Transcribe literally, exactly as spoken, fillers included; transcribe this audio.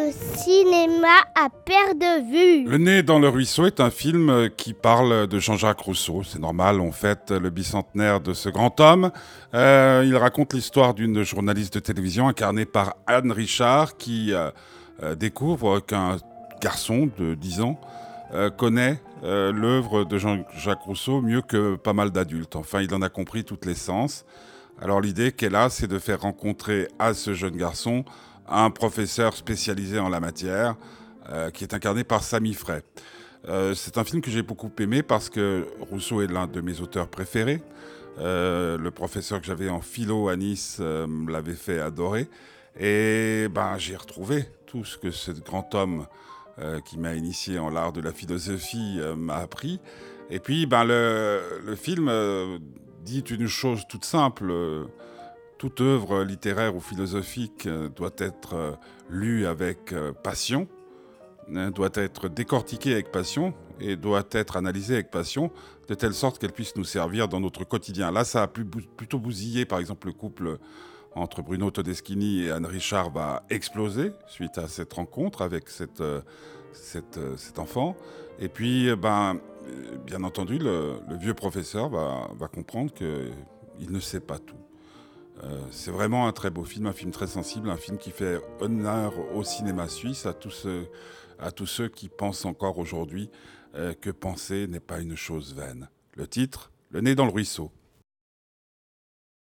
au cinéma à perte de vue. Le nez dans le ruisseau est un film qui parle de Jean-Jacques Rousseau. C'est normal, on fête le bicentenaire de ce grand homme. Euh, il raconte l'histoire d'une journaliste de télévision incarnée par Anne Richard qui euh, euh, découvre qu'un garçon de dix ans euh, connaît euh, l'œuvre de Jean-Jacques Rousseau mieux que pas mal d'adultes. Enfin, il en a compris toutes les sens. Alors l'idée qu'elle a, c'est de faire rencontrer à ce jeune garçon un professeur spécialisé en la matière, euh, qui est incarné par Sami Frey. Euh, c'est un film que j'ai beaucoup aimé parce que Rousseau est l'un de mes auteurs préférés. Euh, le professeur que j'avais en philo à Nice euh, me l'avait fait adorer. Et ben, j'ai retrouvé tout ce que ce grand homme euh, qui m'a initié en l'art de la philosophie euh, m'a appris. Et puis, ben, le, le film euh, dit une chose toute simple. Euh, toute œuvre littéraire ou philosophique euh, doit être euh, lue avec euh, passion, hein, doit être décortiquée avec passion et doit être analysée avec passion, de telle sorte qu'elle puisse nous servir dans notre quotidien. Là, ça a pu bou- plutôt bousillé, par exemple, le couple entre Bruno Todeschini et Anne Richard va exploser suite à cette rencontre avec cette, euh, cette, euh, cet enfant. Et puis, euh, ben, euh, bien entendu, le, le vieux professeur va, va comprendre qu'il ne sait pas tout. Euh, c'est vraiment un très beau film, un film très sensible, un film qui fait honneur au cinéma suisse, à tous ceux, à tous ceux qui pensent encore aujourd'hui euh, que penser n'est pas une chose vaine. Le titre, Le nez dans le ruisseau.